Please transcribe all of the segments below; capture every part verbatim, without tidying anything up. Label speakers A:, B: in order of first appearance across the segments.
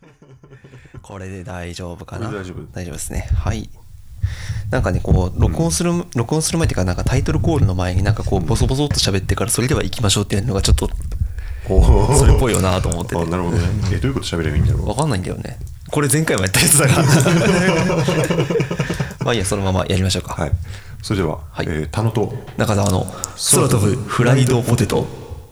A: これで大丈夫かな。
B: 大丈夫
A: 大丈夫ですね。はい。なんかね、こう録音する、うん、録音する前っていうか、なんかタイトルコールの前になんかこうボソボソっと喋ってから、それでは行きましょうっていうのがちょっとそれっぽいよなと思ってて。
B: あ、なるほどね。え、どういうこと喋ればいいんだろう。
A: わかんないんだよね。これ前回もやったやつだからまあいいや、そのままやりましょうか。
B: はい。それでは、はい、えー、田野と
A: 中澤の空飛ぶフライドポテト。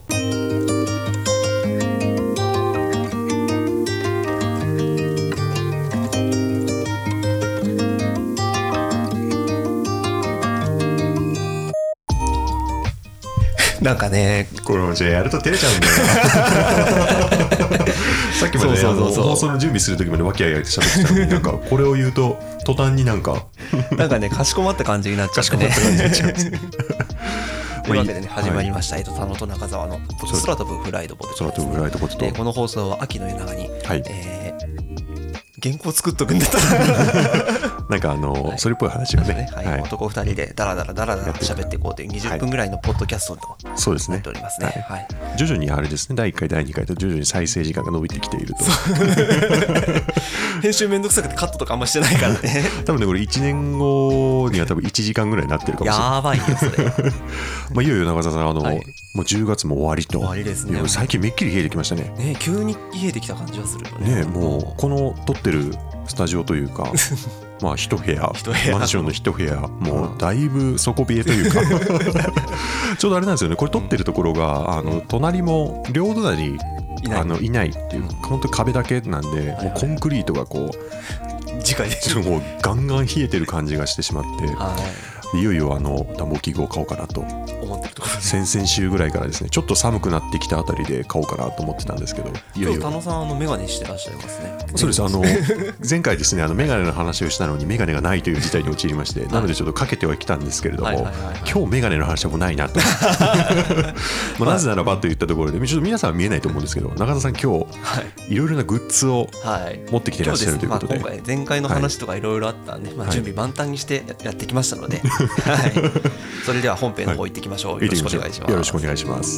A: なんかね、
B: これじゃやると照れちゃうんだよさっきまで、ね、そうそうそうそう、放送の準備する時までわきあいあいって喋ってたのになんかこれを言うと途端になんか
A: なんかね、かしこまった感じになっちゃってね。かしこまった感じになっちゃうんですねというわけでね、始まりました、はい、えっと田野と中澤の空飛ぶフライドポテト、
B: 空飛ぶフライドポテト。
A: でこの放送は秋の夜長に、はい、えー、原稿作っとくんだったら
B: なんかあの、はい、それっぽい話をね、
A: はいはい、男ふたりでダラダラダラダラ喋っていこうというにじゅっぷんぐらいのポッドキャストとなっておりますね。はいはい、
B: 徐々にあれですね、だいいっかいだいにかいと徐々に再生時間が伸びてきていると
A: 編集めんどくさくてカットとかあんましてないからね
B: 多分ねこれいちねんごには多分いちじかんぐらいになってるかもしれない。
A: やばいよそれ
B: まあいよいよ中澤さん、あの、はい、もうじゅうがつも終わりと。
A: 終わりですね。
B: 最近めっきり冷えてきましたね。
A: ね、急に冷えてきた感じはするよね。
B: ね、もうこの撮ってるスタジオというかまあ一部屋、マンションの一部屋、もうだいぶ底冷えというかちょうどあれなんですよね、これ撮ってるところがあの隣も両隣にいない、あのいないっていう、本当に壁だけなんで、もうコンクリートがこう
A: 直で
B: もうガンガン冷えてる感じがしてしまって、はい、いよいよあの暖房器具を買おうかなと
A: 思ってるところです。
B: 先々週ぐらいからですね、ちょっと寒くなってきたあたりで買おうかなと思ってたんですけど、
A: いよいよ今日田野さんあのメガネしてらっしゃいますね。
B: そうです、あの前回ですね、あのメガネの話をしたのにメガネがないという事態に陥りまして、なのでちょっとかけてはきたんですけれども、今日メガネの話はもうないなとまあなぜならばといったところで、ちょっと皆さんは見えないと思うんですけど、中田さん今日いろいろなグッズを持ってきていらっしゃるということで、
A: はい、今回前回の話とかいろいろあったんで、はい、まあ、準備万端にしてやってきましたので、はい、それでは本編の方行ってきましょう。はい、よろしくお願いします。
B: よろしくお願いします。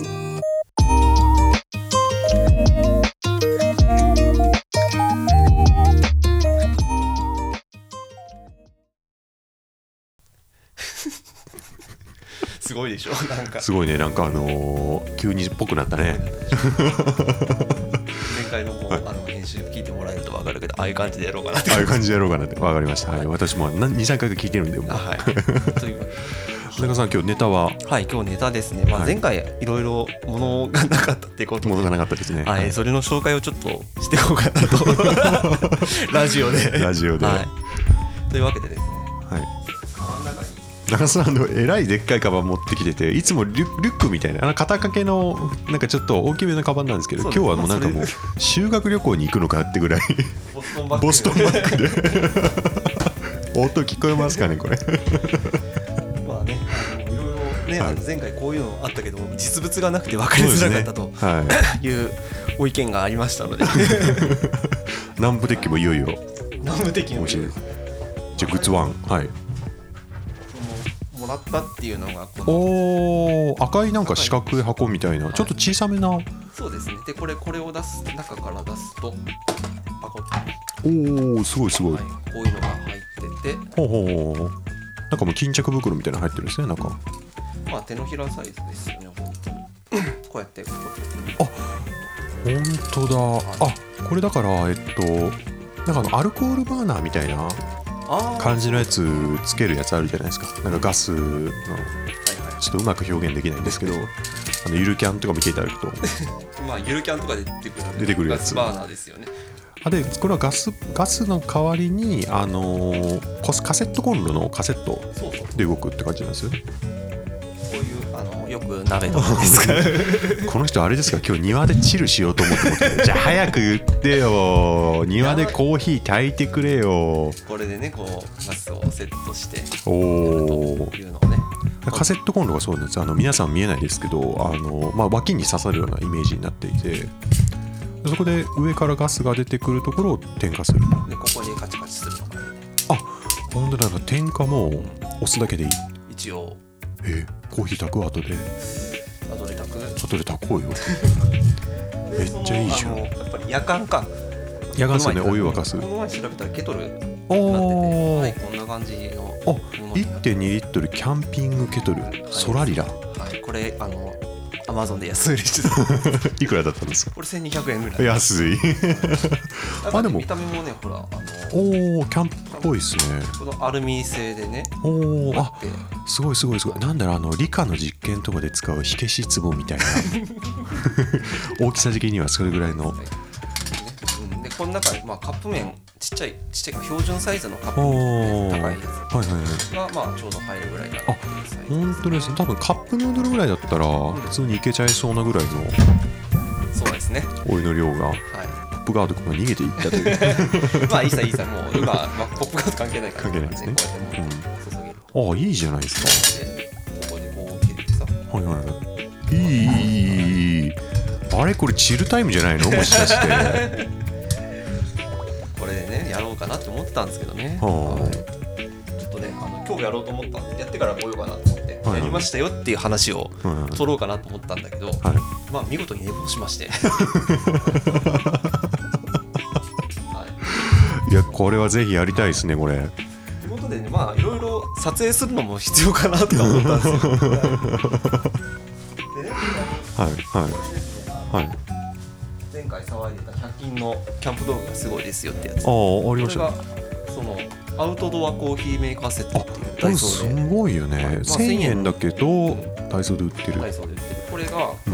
A: すごいでしょ、なんか
B: すごいね、なんかあのー、急にっぽくなったね
A: 前回のも、はい、あの編集聞いてもらえると分かるけど、ああいう感じでやろうかなって、
B: ああいう感じでやろうかなって分かりました、はい、私もに、さんかい聞いてるんで、もう、
A: はい、という
B: 中田さん、今日ネタは？
A: はい、今日ネタですね、まあ、前回いろいろ物がなかったっていうことで、
B: 物がなかったですね、
A: はい、それの紹介をちょっとしていこうかなとラジオで
B: ラジオで、
A: はい、というわけでですね、
B: はい、中田さんのえらいでっかいカバン持ってきてて、いつもリュ、リュックみたいな、あの肩掛けのなんかちょっと大きめのカバンなんですけど、今日はもうなんかもう修学旅行に行くのかってぐらいボストンバッグで音聞こえますかねこれ
A: まあね、あのいろいろね、はい、あの前回こういうのあったけど実物がなくて分かりづらかったと、ね、はい、いうご意見がありましたので
B: 南部鉄器もいよいよ
A: 南部鉄器も
B: じゃあグッズワン、はい、
A: もらったっていうのがこの
B: おー、赤いなんか四角い箱みたいな、ちょっと小さめな、
A: そうですね。でこれこれを出す、中から出すとパコッ、
B: おー、すごいすごい、はい、
A: こういうのが入ってて、
B: ほうほうほう、なんかもう巾着袋みたいなの入ってるんですね、なんか
A: まあ手のひらサイズですよね、本当にこうやってこ
B: う、あ、本当だ、あ、これだからえっとなんかあのアルコールバーナーみたいな感じのやつつけるやつあるじゃないですか、なんかガスの、はいはい、ちょっとうまく表現できないんですけどあのゆるキャンとか見ていただくと
A: まあゆるキャンとかで出てくる
B: 出てくるやつ、
A: ガスバーナーですよね。
B: あでこれはガス、ガスの代わりに、あのー、カセットコンロのカセットで動くって感じなんですよね。
A: こういうあのよく鍋とかですか
B: この人あれですか、今日庭でチルしようと思ってますじゃあ早く言ってよ、庭でコーヒー炊いてくれよ。
A: これでね、こうガスをセットして
B: お
A: というのをね、
B: カセットコンロがそうなんです。あの皆さん見えないですけど、あの、まあ、脇に刺さるようなイメージになっていて、そこで上からガスが出てくるところを点火する。
A: でここにカチカチするのかな。
B: あ、本当だ、点火も押すだけでいい。
A: 一応
B: えー、コーヒー炊く後で
A: 後で炊く
B: 後で炊こうよめっちゃいいじゃん。
A: やっぱり夜間か
B: 野外ですね、お湯沸かす。
A: この前調べたらケトルになってて、
B: おー、
A: はい、こんな感じのもの
B: あ、いってんにリットルキャンピングケトル、ソラリラ。
A: はい、これあのアマゾンで安売りしてた。
B: いくらだったんですか？
A: これせんにひゃくえんぐらい。
B: 安い。
A: あ、でも見た目もね、ほら、あの
B: おー、キャンプっぽいですね。
A: このアルミ製でね。
B: おー、あ、すごいすごいすごい。なんだろう、あの理科の実験とかで使う火消し壺みたいな。大きさ的にはそれぐらいの。
A: はい、うん、でこの中に、まあ、カップ麺ちっちゃいちっちゃい標準サイズのカップ麺、ね、高いやつ、
B: はいはいはい、
A: が、まあ、ちょうど入るぐらいになってるサイズ。
B: 本当ですね。多分カップヌードルぐらいだったら普通にいけちゃいそうなぐらいの
A: そうですね、
B: お湯の量が、はい、ポップガード君が逃げていったという。
A: まあいいさいいさ、もう今、まあ、ポップガード関係ないから
B: 関係ないですね。
A: こうやってもう注げる、
B: うん、ああ、いいじゃないですか。
A: でここでこう切ってさ、
B: はいはいはい、いいいいいいいい、あれこれチルタイムじゃないの、もしかして。
A: これでねやろうかなって思ってたんですけどね、
B: はあ、
A: はい、ちょっとね、あの今日やろうと思ったんで、やってから来ようかなと思って、はいはい、やりましたよっていう話を取ろうかなと思ったんだけど、はい、まあ見事に寝坊しまして。はい、
B: いや、これはぜひやりたいですね、これ。
A: ということでね、まあいろいろ撮影するのも必要かなとか思ったんですよ。でね、
B: はいはいはい。
A: 前回騒いでたひゃく均のキャンプ道具がすごいですよってやつ。
B: ああ、ありました。
A: これがそのアウトドアコーヒーメーカーセットっていうダイソーで、
B: すごいよね、まあ、せんえんだけどダイソーで売ってる。
A: ダイソーで売ってる。これが、うん、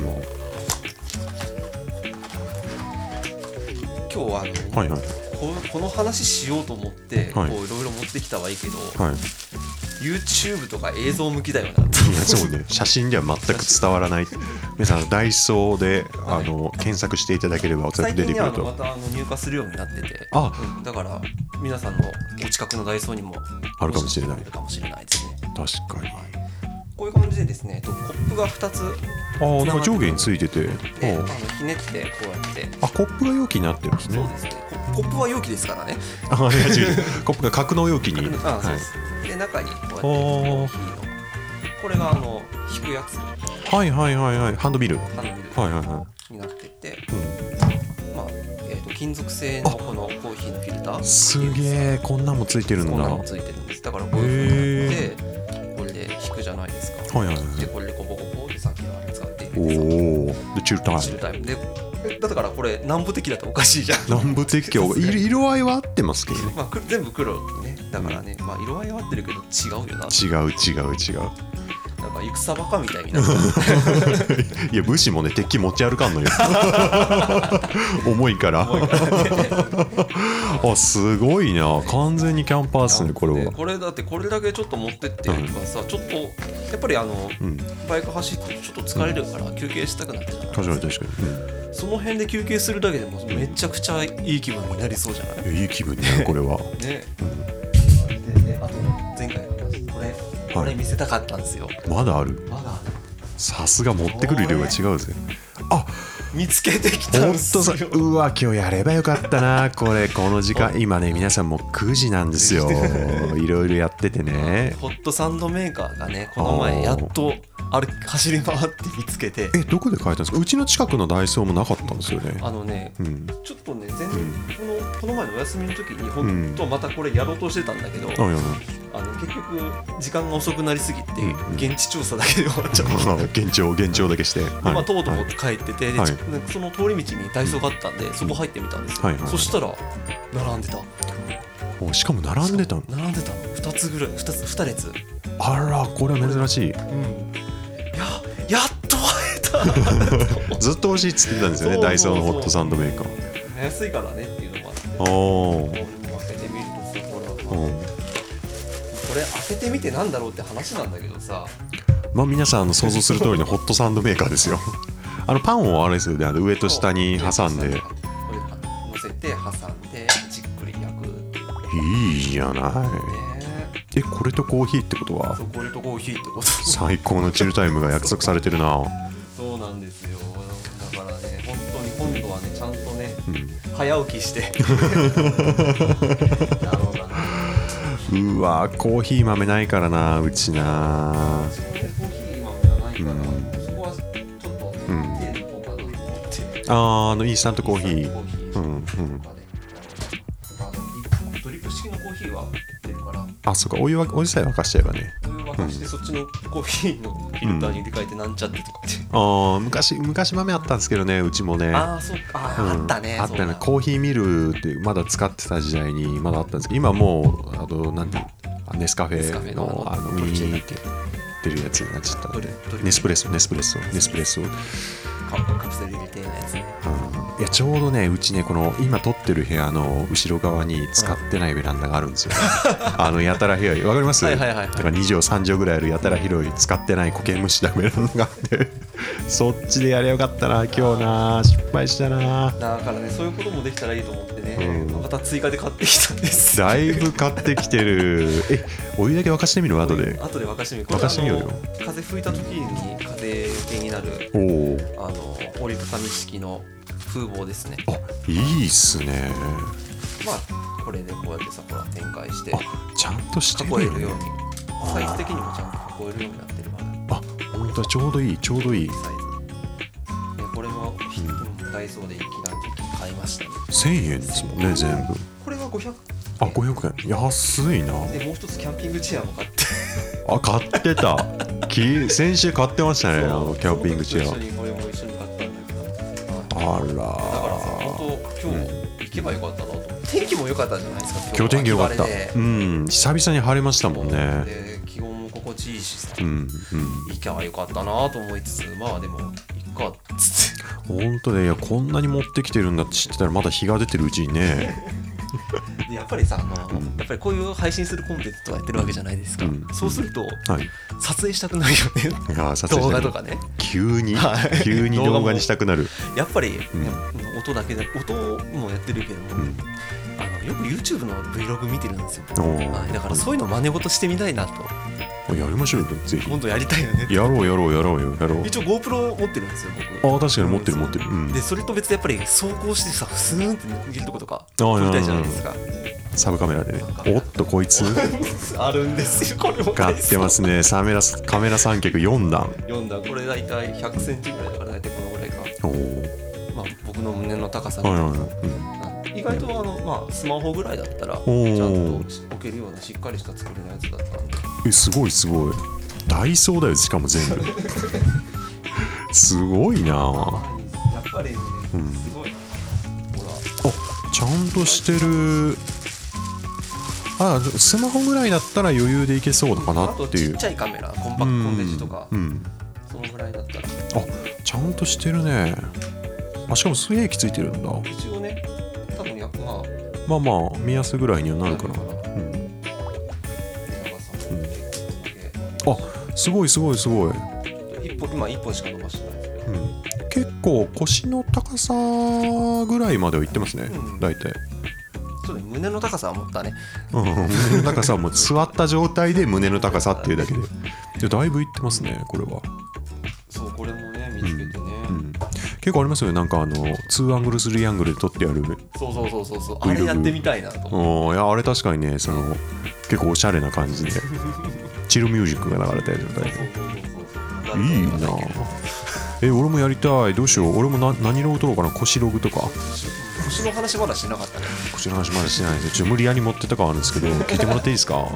A: 今日はあの、はいはい、こ, この話しようと思って、はい、こういろいろ持ってきたはいいけど、はい、YouTube とか映像向きだよなと。いや、
B: そうね、写真では全く伝わらない。皆さんダイソーで、はい、あの検索していただければおそらく出てくると。
A: 最近ね、あのまたあの入荷するようになってて、あ、うん、だから皆さんのお近くのダイソーにも
B: あるかもしれない。
A: あるかもしれないですね。
B: 確かに。
A: こういう感じでですね、コップがふたつ、
B: ああ、なんか上下についてて、
A: で、あのひねってこうやって、
B: あ、コップが容器になってるんですね。
A: そうですね。コップは容器ですからね。
B: あ、違う違う。コップが格納容器に。
A: あ、そうです。で中にこうやってコーヒーの、これがあの引くやつ。
B: はいはいはいはい。ハンドビル。
A: ハンドビル。
B: はいはいはい。
A: になってて、うん、まあえっと金属製のこのコーヒーのフィルター。す
B: げえ、こんなんもついてるんだ。
A: こんなんもついてるんです。だからこういう風になってこれで引くじゃないですか。はいはいはい。でこれでコポコポでさっきのあれ使っているんです。
B: おお。でチルタイム。
A: チルタイムで。だからこれ南部的だとおかしいじゃん。
B: 南部的色色合いは合ってますけどね。
A: まあ全部黒ね。だからね、まあ色合いは合ってるけど違うよな。
B: 違う違う違う。
A: なんか戦バカみたいになってる。
B: いや、武士もね、鉄器持ち歩かんのよ。重いから。重いからね。あ、すごいな、完全にキャンパーっすね、これは。
A: これだってこれだけちょっと持ってってとかさ、うん、ちょっとやっぱりあの、うん、バイク走ってちょっと疲れるから休憩したくなっちゃう。
B: 確かに確かに。
A: うん、その辺で休憩するだけでもめちゃくちゃいい気分になりそうじゃない？
B: いいい気分になる、これは。ね。
A: うん、でね、あと前回の話、これこれ見せたかったんですよ。
B: まだある？
A: まだある。
B: さすが持ってくる量が違うぜ。あ、
A: 見つけてきたんですよ。
B: うわ、今日やればよかったな、これ。この時間今ね、皆さんもうくじなんですよ。いろいろやっててね。
A: ホットサンドメーカーがね、この前やっとあれ走り回って見つけて。
B: え、どこで買えたんですか？うちの近くのダイソーもなかったんですよね。
A: あのね、うん、ちょっとね、全然、うん、このこの前のお休みの時に本当またこれやろうとしてたんだけど、うん、あの結局時間が遅くなりすぎて、うん、現地調査だけで終わっちゃった。
B: 現地を現地をだけして、はい、
A: まあとうとう帰ってて、はい、その通り道にダイソーがあったんで、そこ入ってみたんですよ。はいはい、そしたら並んでた。
B: お、しかも並んでたの？
A: 並んでたの。ふたつぐらい、ふたつ、に列。
B: あら、これは珍しい。
A: うん、ややっと会えた。
B: ずっと欲しいっつってたんですよね、ダイソーのホットサンドメーカー。
A: 安いからねっていうのもあって。
B: おお。
A: 開けてみるとさ、ほら、これ開けてみてなんだろうって話なんだけどさ。
B: まあ皆さんあの想像する通りのホットサンドメーカーですよ。あのパンをあれですよね、あの上と下に挟んで。これ
A: 乗せて挟んでじっくり焼く。
B: いいじゃない。え、これとコーヒーってことは？
A: そう、これとコーヒーってこと。
B: 最高のチルタイムが約束されてるな。
A: そうなんですよ。だからね、本当に今度はね、ちゃんとね、うん、早起きして。なるほどな。
B: うわ、コーヒー豆ないからな、うちな。
A: コーヒー豆がないから、うん、そこはちょっと手でこうかなと思って。
B: あー、あのインスタントコーヒー。うんうん。
A: ドリップ式のコーヒーは売ってるから、
B: あ、そうか、お湯はお湯さえ沸かしちゃえばね。
A: お湯沸かして、うん、そっちのコーヒーのフィルターに入れ替えてなんちゃってとかって、
B: うん、あ昔昔豆あったんですけどね、うちもね。
A: ああ、そうか、あ、うん、あったね。
B: あったね。コーヒーミルってまだ使ってた時代にまだあったんですけど、今もうあのなんていうネスカフェのあのミーって出るやつになっちゃった。ネスプレッソネスプレッソネスプレッソ
A: カプセル入れてのやつね。
B: うん、いやちょうどね、うちね、この今撮ってる部屋の後ろ側に使ってないベランダがあるんですよ、ね、あのやたら広い、わかります？
A: はいはいはいはい、
B: だからに畳さん畳ぐらいあるやたら広い使ってない苔むしたベランダがあってそっちでやりゃよかったな、今日な、失敗したな。
A: だからね、そういうこともできたらいいと思ってね、うん、また追加で買ってきたんです。
B: だいぶ買ってきてる。え、お湯だけ沸かしてみる？後で
A: 後で沸かしてみる。
B: 沸かしてみようよ。
A: 風吹いた時に風よけになる、
B: お
A: あの折りたたみ式の風防ですね。
B: あ、いいっすね。
A: まあこれでこうやってさ、ほら展開して、
B: あ、ちゃんとしてるよ、ね、
A: 囲えるように、サイズ的にもちゃんと囲えるようになってるから。
B: あ、本当はちょうどいい、ちょうどいい
A: サイズ。でこれも、うん、ダイソーで一気に買いましたね。
B: せんえんですもんね、全部。
A: これはごひゃく
B: えん。あ、ごひゃくえん、安いな。
A: でもう一つキャンピングチェアも買って
B: あ、買ってた。き先週買ってましたね、あのキャンピングチェア。
A: これも一緒に買ったんだけど、
B: あら。だから
A: さ、本当今日行けばよかったなと思って、うん、天気も良かったじゃないですか。
B: 今日天気良かった。うん、久々に晴れましたもんね。
A: で気温も心地いいしさ、
B: うんうん、
A: 行けばよかったなと思いつつ、まあでもいっかっつって。
B: 本当で、いや、こんなに持ってきてるんだって知ってたらまだ日が出てるうちにね。
A: でやっぱりさ、あの、うん、やっぱりこういう配信するコンテンツとかやってるわけじゃないですか、うん、そうすると、うん、はい、撮影したくなるよね。いや、撮影動画とかね、
B: 急に急に動画にしたくなる。
A: やっぱり、うん、音だけで、音もやってるけども、うん、あのよく YouTube の Vlog 見てるんですよ。はい、だからそういうの真似事してみたいなと。
B: やりましょうよ、ぜひ。
A: 本当やりたいよね。
B: やろうやろうやろうよ、やろう。
A: 一応 GoPro 持ってるんですよ、僕。
B: ああ、確かに持ってる持ってる、うん、
A: でそれと別でやっぱり走行してさ、スーンって逃げるとことか撮りたいじゃないですか。
B: サブカメラでね。おっとこいつ
A: あるんですよ、これも
B: 買ってますね。カメラカメラ三脚よんだん
A: よんだん、これ大体ひゃくセンチぐらいだから、大体このぐらいか。おお、まあ僕の胸の高さぐらい、はいはいはい、うん、意外とあの、まあ、スマホぐらいだったらちゃんと置けるようなしっかりした作りのやつだったんで。
B: え、すごいすごい、ダイソーだよ、しかも全部すごいな。や
A: っぱりね、うん、すごい。ほら、
B: あ、ちゃんとしてる。あ、スマホぐらいだったら余裕でいけそうだかなっていう。
A: ちっちゃいカメラ、コンパクトコンデジとか、うん、そのぐらいだったら。
B: あ、ちゃんとしてるね。あ、しかも水平器ついてるんだ。
A: 一応ね、多分や、まあ
B: まあまあ見やすぐらいにはなるかな。うん、あ、すごいすごいすごい。
A: 一歩、今一歩しか伸ばしてないですけど、うん、
B: 結構腰の高さぐらいまではいってますね、うん、大体。
A: そうね、胸の高さは持ったね、
B: うん、胸の高さはもう座った状態で胸の高さっていうだけで、でだいぶいってますね、これは。
A: そう、これもね、見つけてね、
B: うんうん、結構ありますよね、なんかあのにアングルスリーアングルで撮ってやる。
A: そうそうそうそうそう、あれやってみたいなと
B: 思う。いや、あれ確かにね、その結構おしゃれな感じでチルミュージックが流れた状態でいいな。え、俺もやりたい。どうしよう、俺もな何ログ撮ろうかな。腰ログとか。
A: 腰の話まだしてなかったね。
B: 腰の話まだしてないですよ。ちょっと無理やり持ってたかあるんですけど聞いてもらっていいですか。うん、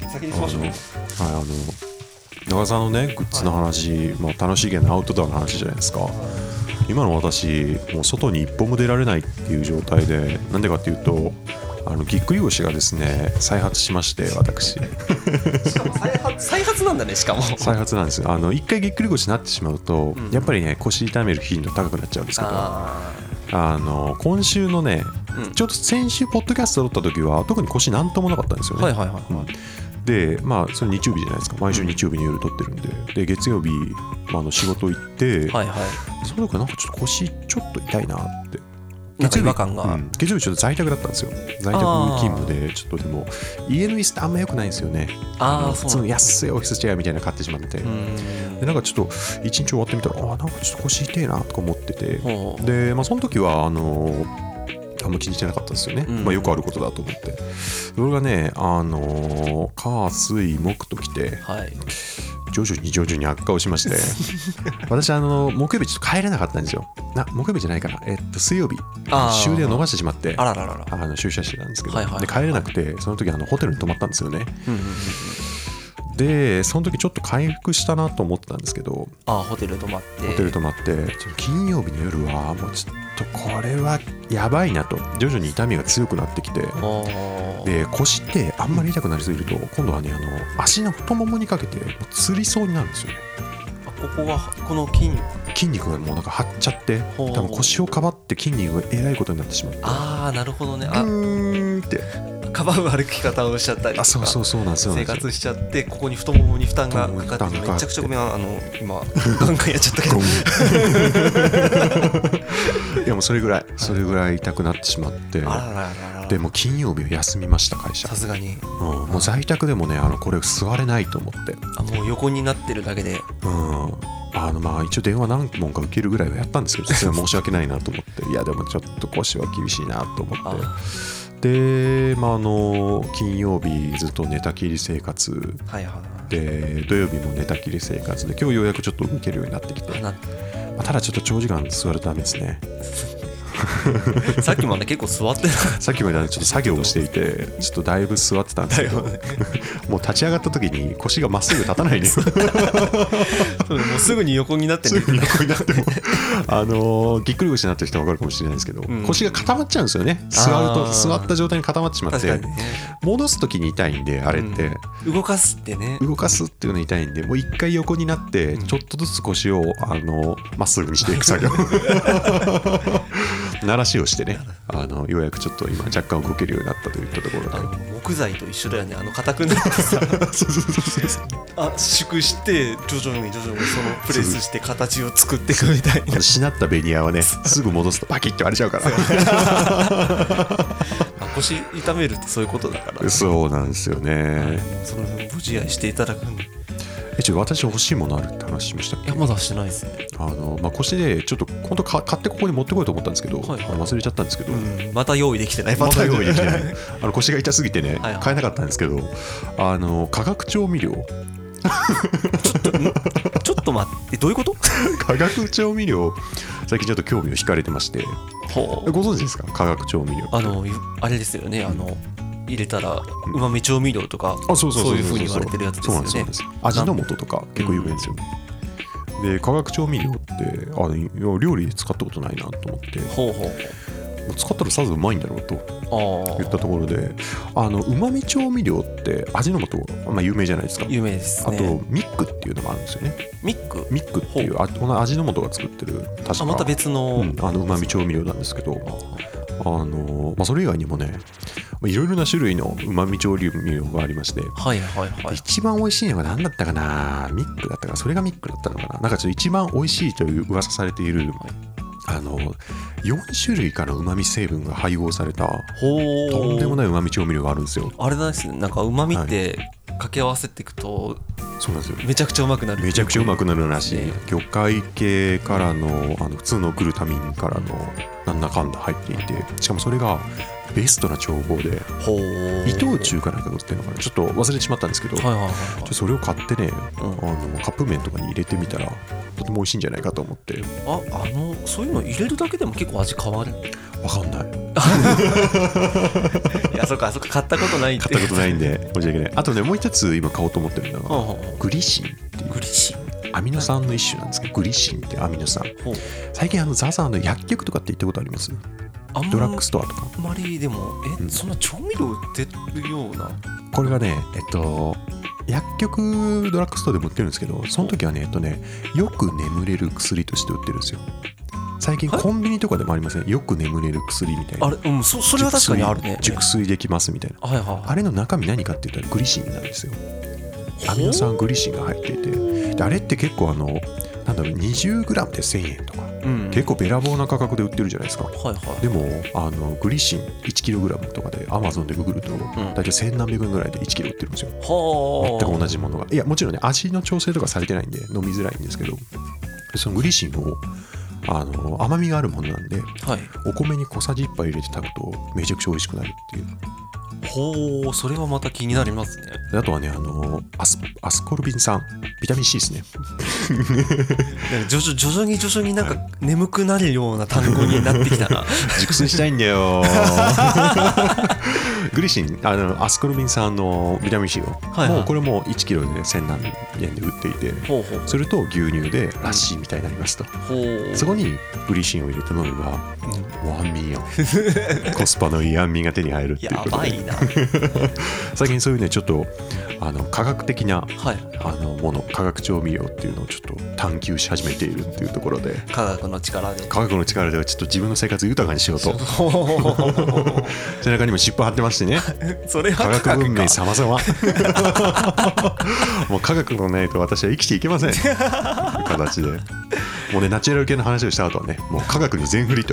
A: 先にしましょう。はい、
B: あの中田さんのねグッズの話、はい、まあ、楽しいげなアウトドアの話じゃないですか。はい、今の私もう外に一歩も出られないっていう状態で、なんでかっていうと、あのぎっくり腰がですね再発しまして、私し
A: かも再発再発なんだね。しかも
B: 再発なんですよ。あの一回ぎっくり腰になってしまうと、うん、やっぱりね腰痛める頻度高くなっちゃうんですけど、ああの今週のね、うん、ちょっと先週ポッドキャスト撮った時は特に腰なんともなかったんですよね。
A: はいはいはい、うん、
B: でまあそれ日曜日じゃないですか。毎週日曜日に夜撮ってるんで、で月曜日、まあ、の仕事行って、はいはい、その時なんかちょっと腰ちょっと痛いなって。
A: 月曜日違和感が、
B: うん、月曜日ちょっと在宅だったんですよ。在宅勤務で、ちょっとでも家の椅子ってあんま良くないんですよね。ああ、普通の安いオフィスチェアみたいなの買ってしまって、でなんかちょっと一日終わってみたら、あ、なんかちょっと腰痛いなとか思ってて、でまあその時はあのあんま気にしてなかったんですよね。うん、まあよくあることだと思って、それがね、あの火水木ときて、はい、 徐々に徐々に悪化をしまして私あの木曜日ちょっと帰れなかったんですよ。な木曜日じゃないかな、えっと水曜日終電を逃してしまって、
A: あらららら、
B: あの出社してたんですけど、
A: はいはいはい、
B: で帰れなくてその時あのホテルに泊まったんですよね、
A: うんうんうん、
B: でその時ちょっと回復したなと思ってたんですけど、
A: あホテル泊まって
B: ホテル泊まってちょっと金曜日の夜はもうちょっとこれはやばいなと、徐々に痛みが強くなってきて、で腰ってあんまり痛くなりすぎると今度はねあの足の太ももにかけてつりそうになるんですよね。
A: あここはこの筋肉
B: 筋肉がもうなんか張っちゃって多分腰をかばって筋肉がえらいことになってしまって、
A: ああなるほどね、
B: あうーんって
A: かばう歩き方をしちゃったりとか、
B: そうそうそうなんですよ、
A: 生活しちゃってここに太ももに負担がかかってめちゃくちゃごめんあの今ガンガンやっちゃったけど
B: いやもうそれぐらいそれぐらい痛くなってしまって、
A: あらららら、
B: でも金曜日は休みました会社。
A: さすがに、
B: うん、もう在宅でもねあのこれ座れないと思って、
A: あもう横になってるだけで、
B: うん、あのまあ一応電話何問か受けるぐらいはやったんですけどそれは申し訳ないなと思っていやでもちょっと腰は厳しいなと思ってで、まあ、あの金曜日ずっと寝たきり生活、
A: はいはい、
B: で土曜日も寝たきり生活で今日ようやくちょっと動けるようになってきて、まあ、ただちょっと長時間座るとダメですね
A: さっきまで結構座ってた
B: さっきまでちょっと作業をしていてちょっとだいぶ座ってたんですけど、ね、もう立ち上がった時に腰がまっすぐ立たないんですよ
A: もうすぐに横になって
B: すぐに横になってもあのー、ぎっくり腰になってる人は分かるかもしれないですけど、うん、腰が固まっちゃうんですよね。座ると座った状態に固まってしまって、ね、戻す時に痛いんであれって、
A: うん、動かすってね
B: 動かすっていうの痛いんでもう一回横になってちょっとずつ腰をあのまっすぐにしていく作業鳴らしをしてねあのようやくちょっと今若干動けるようになったといったところで、あの
A: 木材と一緒だよね、あの硬くなってさそうそうそうそう圧縮して徐々に徐々にそのプレスして形を作っていくみたいな、
B: しなったベニヤはねすぐ戻すとパキッて割れちゃうから
A: 腰痛めるってそういうことだから、ね、
B: そうなんですよね、はい、
A: そのご自愛していただくんで
B: えちょ私欲しいものあるって話しましたっけ？
A: いやまだしてないですね。あ
B: の、まあ、腰でちょっと本当買ってここに持ってこようと思ったんですけど、はいはい、忘れちゃったんですけど、うん、
A: また用意できてない
B: また用意できてないあの腰が痛すぎてね、はいはい、買えなかったんですけどあの化学調味料ちょ
A: っとちょっと待ってどういうこと
B: 化学調味料最近ちょっと興味を惹かれてまして、ご存知ですか？化学調味料
A: あのあれですよね、あの入れたらうまみ調味料とかそういう風に言われてるやつですよね。そうなんです。
B: 味の素とか結構有名ですよね、うん、で化学調味料ってあ料理で使ったことないなと思ってほうほう使ったらさぞうまいんだろうと言ったところで、あのうまみ調味料って味の素、まあ、有名じゃないですか。
A: 有名ですね。
B: あとミックっていうのもあるんですよね。
A: ミック
B: ミックっていうあ味の素が作ってる確か
A: あまた別の、
B: うん、あのうまみ調味料なんですけど、あのまあ、それ以外にもねいろいろな種類のうまみ調味料がありまして、はいはいはい、一番美味しいのが何だったかな、ミックだったかな、それがミックだったのかな、なんかちょっと一番美味しいという噂されているあのよん種類からのうまみ成分が配合されたとんでもないうまみ調味料があるんですよ。
A: あれなんですね、なんかうまみって掛け合わせていくと、はい、
B: そうなんですよ、
A: めちゃくちゃうまくなる
B: めちゃくちゃうまくなるらしい、ね、魚介系からの、あの普通のグルタミンからのなんだかんだ入っていて、しかもそれがベストな調合で伊藤忠かなんか売ってるのかな、ちょっと忘れてしまったんですけど、はいはいはいはい、ちょっとそれを買ってね、うん、あのカップ麺とかに入れてみたらとても美味しいんじゃないかと思って。
A: あ、あのそういうの入れるだけでも結構味変わる？
B: わかんない
A: いやそっかそっか買ったことないって
B: 買ったことないんで申し訳ない。あとねもう一つ今買おうと思ってるのが、はあはあ、グリシンっていう
A: グリシン
B: アミノ酸の一種なんですけど、グリシンってアミノ酸、最近あのザザーの薬局とかって行ったことあります？ドラッグストアとか。
A: あんまりでもえ、うん、そんな調味料売ってるような。
B: これがねえっと薬局ドラッグストアでも売ってるんですけど、その時はねえっとねよく眠れる薬として売ってるんですよ。最近コンビニとかでもありません？よく眠れる薬みたいな。
A: あれ、うん、そ, それは確かにあるね。
B: 熟睡できますみたいな、はいはい、あれの中身何かって言ったらグリシンなんですよ。アミノ酸グリシンが入っていて、であれって結構あのなんだろう にじゅうグラム でせんえんとか、うん、結構べらぼうな価格で売ってるじゃないですか、はいはい、でもあのグリシン いちキログラム とかで Amazon でググると、うん、大体せんなんびゃくえんぐらいでいちキロ売ってるんですよ。全く同じものが。いやもちろんね味の調整とかされてないんで飲みづらいんですけど、そのグリシンをあの甘みがあるものなんで、はい、お米に小さじいっぱい入れて炊くとめちゃくちゃ美味しくなるっていう。
A: ほう、それはまた気になりますね。
B: あとはね、あのアスアスコルビン酸、ビタミン C ですね。
A: 徐々徐々に徐々になんか眠くなるような単語になってきたな。
B: 熟睡したいんだよ。グリシン、あのアスコルビン酸のビタミン C を、はいはい、もうこれもいちキロでせんなんえんで売っていて、ほうほう、それと牛乳でラッシーみたいになりますと、うん、そこにグリシンを入れて飲めば、うん、もう安眠よ。コスパのいい安眠が手に入るっていうことで、やばいな。最近そういうね、ちょっとあの科学的な、はい、あのもの、化学調味料っていうのをちょっと探求し始めているっていうところで、
A: 科学の力で
B: 科学の力ではちょっと自分の生活を豊かにしようと。背中にも尻尾張ってましてね。
A: それは
B: 科学文明様々。もう科学がないと私は生きていけません。形でもうね、ナチュラル系の話をした後はね、もう科学に全振りと。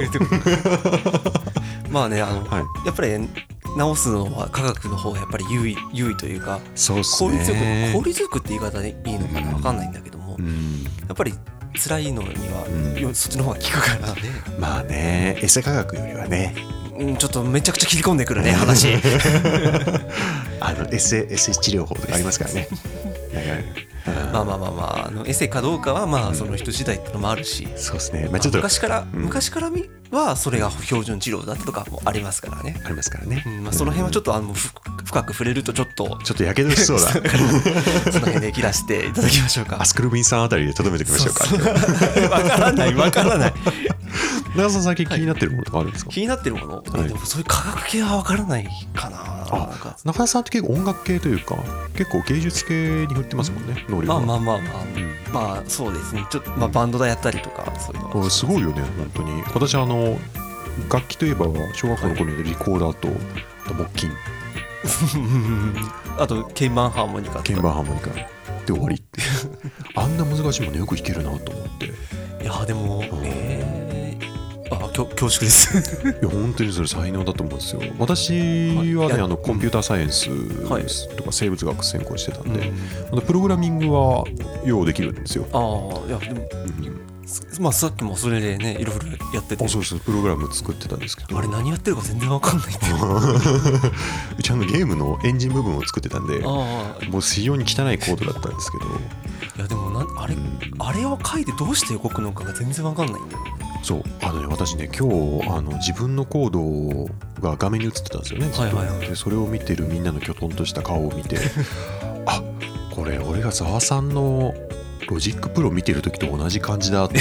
A: まあね、あの、はい、やっぱり直すのは科学の方がやっぱり優位、優位というか、
B: そうっすね、
A: 効率よく、効率よくって言い方でいいのかな、分かんないんだけども、うん、やっぱり辛いのには、うん、そっちの方が効くからね。
B: まあね、エセ科学よりはね、
A: うん、ちょっとめちゃくちゃ切り込んでくるね、話。
B: あのエセエセ治療法とかありますからね。
A: まあまあまあまあ、あのエセかどうかはまあその人次第ってのもあるし、
B: そうですね、まあ、ちょっと
A: 昔から、うん、昔からはそれが標準治療だったとかもありますからね。
B: ありますからね、
A: うんまあ、その辺はちょっとあの深く触れるとちょっと
B: ちょっとやけどしそうだ。その
A: 辺で切らせていただきましょうか。
B: アスクルビンさんあたりでとどめておきましょうか。
A: わからないわからない。
B: 長澤さん最近気になってるものとかあるんですか？
A: 気になってるもの、はい、でもそういう科学系はわからないかな。
B: あ、中田さんって結構音楽系というか結構芸術系に振ってますもんね、能力
A: は。まあまあまあまあ、うん、まあそうですね、ちょっと、まあ、バンドだやったりとかそういうの
B: すごいよね本当に。私あの楽器といえば小学校の頃にリコーダーと、はい、あと木琴
A: あと鍵盤ハーモニカとか
B: 鍵盤ハーモニカで終わりってあんな難しいものよく弾けるなと思って。
A: いやでも、うん、えー、あ恐縮です。
B: いや本当にそれ才能だと思うんですよ。私はね、あのコンピューターサイエンスとか生物学専攻してたんで、うん、プログラミングはようできるんですよ。
A: ああ、いやでも、うんまあ、さっきもそれでねいろいろやってて、
B: あ、そうそう、プログラム作ってたんですけど、
A: あれ何やってるか全然わかんないって
B: うちあのゲームのエンジン部分を作ってたんで、もう非常に汚いコードだったんですけど、
A: いやでもなあれ、うん、あれを書いてどうして動くのかが全然わかんないんだよね。
B: そうあのね、私ね今日あの自分のコードが画面に映ってたんですよね、はいはいはい、でそれを見てるみんなのきょとんとした顔を見てあ、これ俺がざわさんのロジックプロ見てる時と同じ感じだって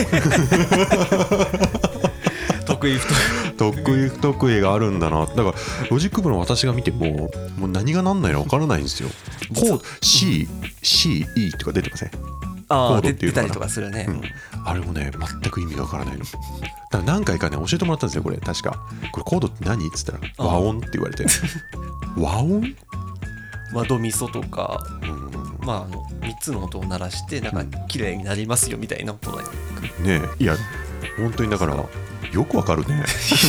A: 得意不
B: 得意不得意があるんだな。だからロジックプロの私が見てももう何が何ないの分からないんですよ。コード C、C、E とか出てません？
A: ああ、出たりとかするね、
B: うん、あれもね全く意味が分からないの。だから何回かね教えてもらったんですよ。これ確かこれコードって何って言ったら和音って言われて和音？
A: まあドミソとか、うん、まああのみっつの音を鳴らしてなんか綺麗になりますよみたいな音だよ
B: ね。いや本当にだからよくわかるね。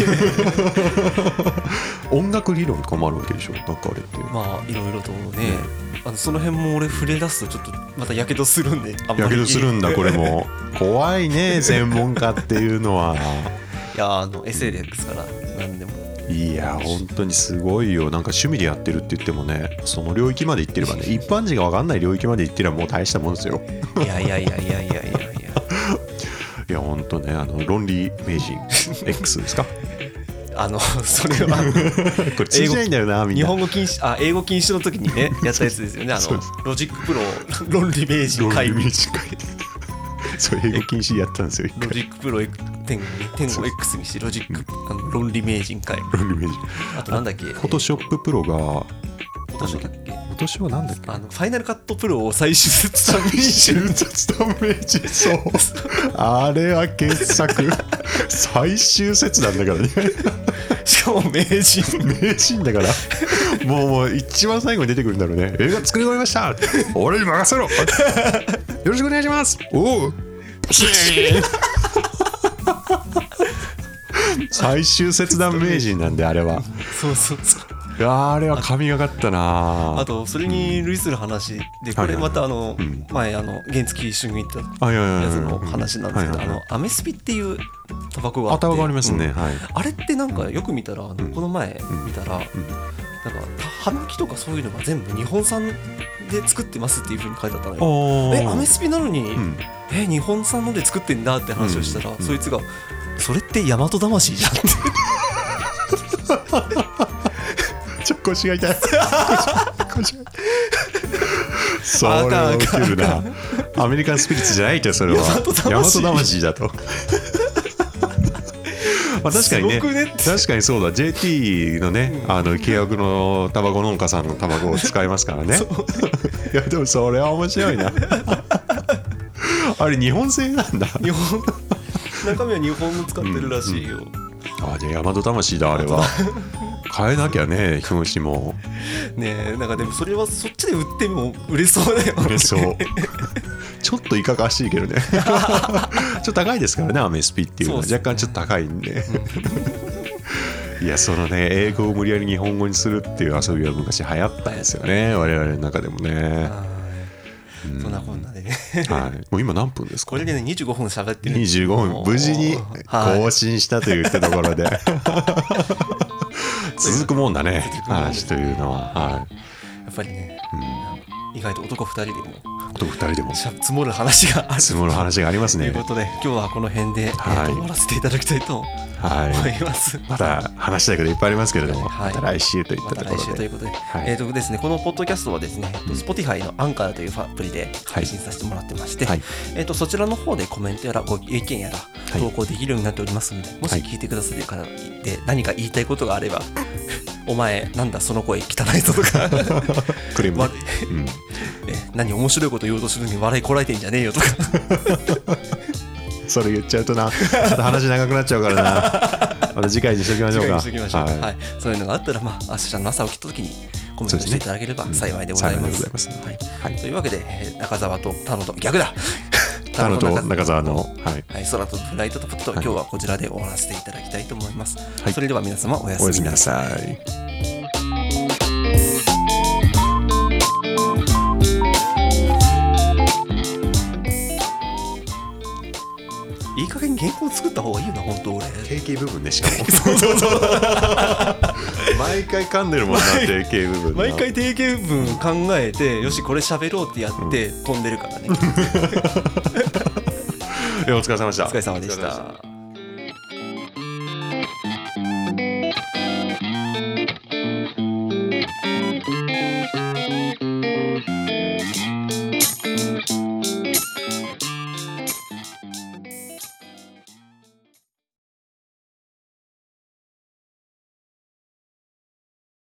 B: 音楽理論とかもあるわけでしょ、なんかあれって。
A: まあいろいろとね、ね、あのその辺も俺触れ出すとちょっとまたやけどするんで、
B: やけどするんだこれも怖いね専門家っていうのは。
A: いやあのエスエルエックスから何でも。
B: いや本当にすごいよ。なんか趣味でやってるって言ってもね、その領域まで行ってればね、一般人が分かんない領域まで行ってればもう大したもんですよ。
A: いやいやいやいやいやいやいや
B: いや本当ね、あの論理名人 X ですか？
A: あのそれは
B: これ通じないんだよなみんな。
A: 日本語禁止、あ英語禁止の時にねやったやつですよね。あのロジックプロ論理名人会議。
B: そう英語禁止やったんですよ。
A: ロジックプロ点を X にしてロジックあの論理名人会。
B: 論理名人。
A: あとなんだっけ？
B: フォトショッププロが。
A: フォトショップ。
B: 今年はなんだっけ？
A: あのファイナルカットプロを最終節短
B: 名人。最終節短名人。そう。あれは傑作。最終節なんだからね。
A: しかも名人。
B: 名人だから。もうもう一番最後に出てくるんだろうね。映画作り終わりました。俺に任せろ。よろしくお願いします。おお。最終切断名人なんであれは。
A: そうそうそう。
B: いやあれは神がかったな。
A: あとそれに類する話で、これまたあの前あの原付一緒に行ったやつの話なんですけど、あのアメスピっていうタバコがあって、
B: あタバコありますね、はい、
A: あれってなんかよく見たらこの前見たらなんかはみきとかそういうのが全部日本産で作ってますっていう風に書いてあったのよ。えアメスピなのに、うん、え日本産ので作ってんだって話をしたら、うん、そいつがそれって大和魂じゃんって
B: ちょっと腰が痛い腰が痛いそれはウケるな。アメリカンスピリッツじゃないとそれは大和魂だとまあ確かに ね, ね確かにそうだ ジェーティー のね、うん、あの契約のタバコ農家さんのタバコを使いますからねいやでもそれは面白いなあれ日本製なんだ。
A: 日本中身は日本の使ってるらしいよ、うんうん、
B: あじゃあ大和魂だあれは変えなきゃね表紙も
A: ねえなんかでもそれはそっちで売っても売れそうだよね。
B: 売れそうちょっといかがわしいけどねちょっと高いですからねアメスピっていうのは、ね、若干ちょっと高いんでいやそのね英語を無理やり日本語にするっていう遊びは昔流行ったんですよね我々の中でもね。
A: うん、そんなこんなでね
B: はい、もう今何分ですか。
A: これでねにじゅうごふん喋ってるんです。
B: にじゅうごふん無事に更新したといったところで、はい、続くもんだね話というのは、はい、
A: やっぱりね、うん、意外と男ふたりでも
B: 男ふたりでも
A: 積もる話がある
B: 積もる話がありますね。
A: ということで今日はこの辺で、はい、終わらせていただきたいと思います、はい、
B: また話したいこといっぱいありますけれども、はい、また来週といったところで、
A: また来週ということで、はい、えーとですね、このポッドキャストはですね、うん、Spotify のアンカーというアプリで配信させてもらってまして、はい、えーとそちらの方でコメントやらご意見やら投稿できるようになっておりますので、はい、もし聞いてくださる方で何か言いたいことがあればお前なんだその声汚いぞとか
B: クレーム、うん
A: え何面白いこと言おうとするのに笑いこらえてんじゃねえよとか
B: それ言っちゃうとな話長くなっちゃうからなまた次回にしておきましょうか。
A: 次回にしておきましょう、はいはい、そういうのがあったら、まあ、明日の朝起きた時にコメントしていただければ幸いでございます。というわけで中澤と田野と逆だ
B: 田野と中澤の、
A: はいはい、空とフライトとポット、はい、今日はこちらで終わらせていただきたいと思います、はい、それでは皆様おやすみなさい。いい加減原稿作った方がいいよな本当俺。
B: 定型部分ねしかもそうそうそう毎回噛んでるもんな定型部分。
A: 毎回定型部分考えてよしこれ喋ろうってやって飛んでるからね、
B: うん、お疲れ様でした。
A: お疲れ様でした。